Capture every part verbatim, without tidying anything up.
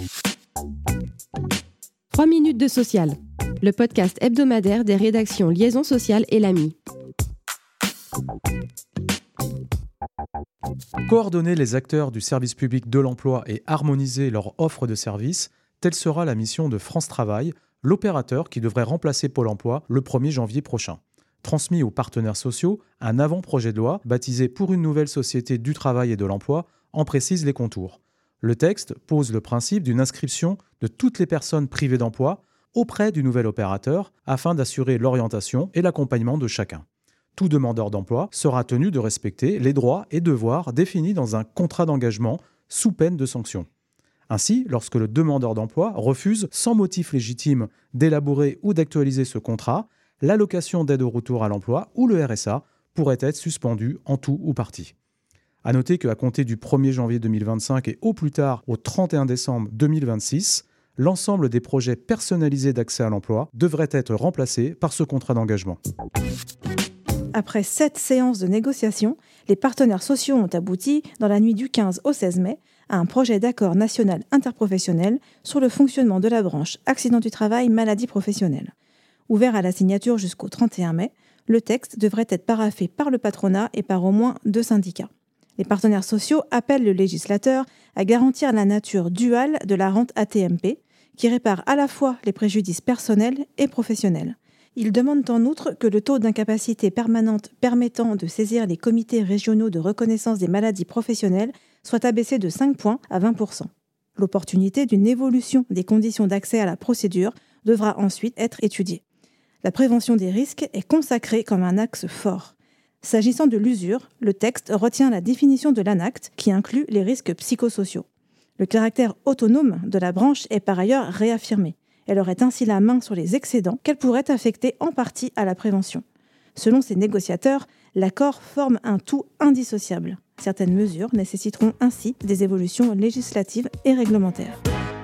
trois minutes de social, le podcast hebdomadaire des rédactions Liaison sociale et l'A M I. Coordonner les acteurs du service public de l'emploi et harmoniser leur offre de services, telle sera la mission de France Travail, l'opérateur qui devrait remplacer Pôle emploi le premier janvier prochain. Transmis aux partenaires sociaux, un avant-projet de loi, baptisé Pour une nouvelle société du travail et de l'emploi, en précise les contours. Le texte pose le principe d'une inscription de toutes les personnes privées d'emploi auprès du nouvel opérateur afin d'assurer l'orientation et l'accompagnement de chacun. Tout demandeur d'emploi sera tenu de respecter les droits et devoirs définis dans un contrat d'engagement sous peine de sanction. Ainsi, lorsque le demandeur d'emploi refuse sans motif légitime d'élaborer ou d'actualiser ce contrat, l'allocation d'aide au retour à l'emploi ou le R S A pourrait être suspendu en tout ou partie. À noter qu'à compter du premier janvier deux mille vingt-cinq et au plus tard au trente et un décembre deux mille vingt-six, l'ensemble des projets personnalisés d'accès à l'emploi devraient être remplacés par ce contrat d'engagement. Après sept séances de négociation, les partenaires sociaux ont abouti, dans la nuit du quinze au seize mai, à un projet d'accord national interprofessionnel sur le fonctionnement de la branche accident du travail, maladie professionnelle. Ouvert à la signature jusqu'au trente et un mai, le texte devrait être paraphé par le patronat et par au moins deux syndicats. Les partenaires sociaux appellent le législateur à garantir la nature duale de la rente A T M P, qui répare à la fois les préjudices personnels et professionnels. Ils demandent en outre que le taux d'incapacité permanente permettant de saisir les comités régionaux de reconnaissance des maladies professionnelles soit abaissé de cinq points à vingt pour cent. L'opportunité d'une évolution des conditions d'accès à la procédure devra ensuite être étudiée. La prévention des risques est consacrée comme un axe fort. S'agissant de l'usure, le texte retient la définition de l'ANACT qui inclut les risques psychosociaux. Le caractère autonome de la branche est par ailleurs réaffirmé. Elle aurait ainsi la main sur les excédents qu'elle pourrait affecter en partie à la prévention. Selon ces négociateurs, l'accord forme un tout indissociable. Certaines mesures nécessiteront ainsi des évolutions législatives et réglementaires.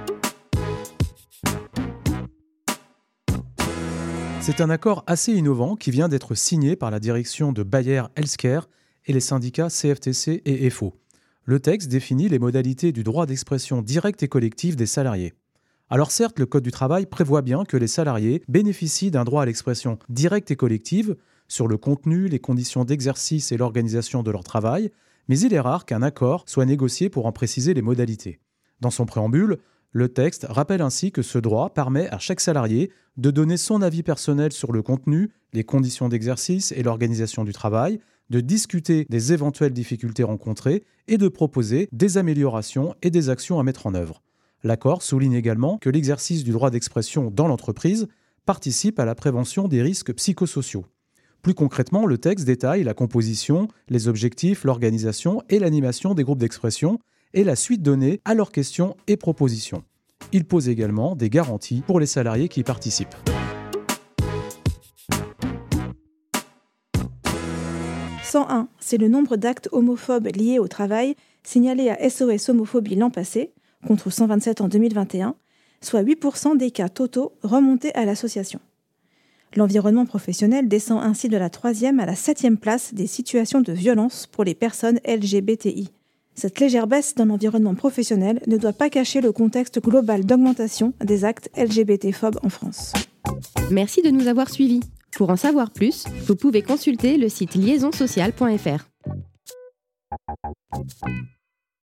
C'est un accord assez innovant qui vient d'être signé par la direction de Bayer Healthcare et les syndicats C F T C et F O. Le texte définit les modalités du droit d'expression directe et collective des salariés. Alors certes, le Code du travail prévoit bien que les salariés bénéficient d'un droit à l'expression directe et collective sur le contenu, les conditions d'exercice et l'organisation de leur travail, mais il est rare qu'un accord soit négocié pour en préciser les modalités. Dans son préambule, le texte rappelle ainsi que ce droit permet à chaque salarié de donner son avis personnel sur le contenu, les conditions d'exercice et l'organisation du travail, de discuter des éventuelles difficultés rencontrées et de proposer des améliorations et des actions à mettre en œuvre. L'accord souligne également que l'exercice du droit d'expression dans l'entreprise participe à la prévention des risques psychosociaux. Plus concrètement, le texte détaille la composition, les objectifs, l'organisation et l'animation des groupes d'expression et la suite donnée à leurs questions et propositions. Il pose également des garanties pour les salariés qui y participent. cent un, c'est le nombre d'actes homophobes liés au travail signalés à S O S Homophobie l'an passé, contre cent vingt-sept en deux mille vingt et un, soit huit pour cent des cas totaux remontés à l'association. L'environnement professionnel descend ainsi de la troisième à la septième place des situations de violence pour les personnes L G B T I. Cette légère baisse dans l'environnement professionnel ne doit pas cacher le contexte global d'augmentation des actes L G B T-phobes en France. Merci de nous avoir suivis. Pour en savoir plus, vous pouvez consulter le site liaison sociale point f r.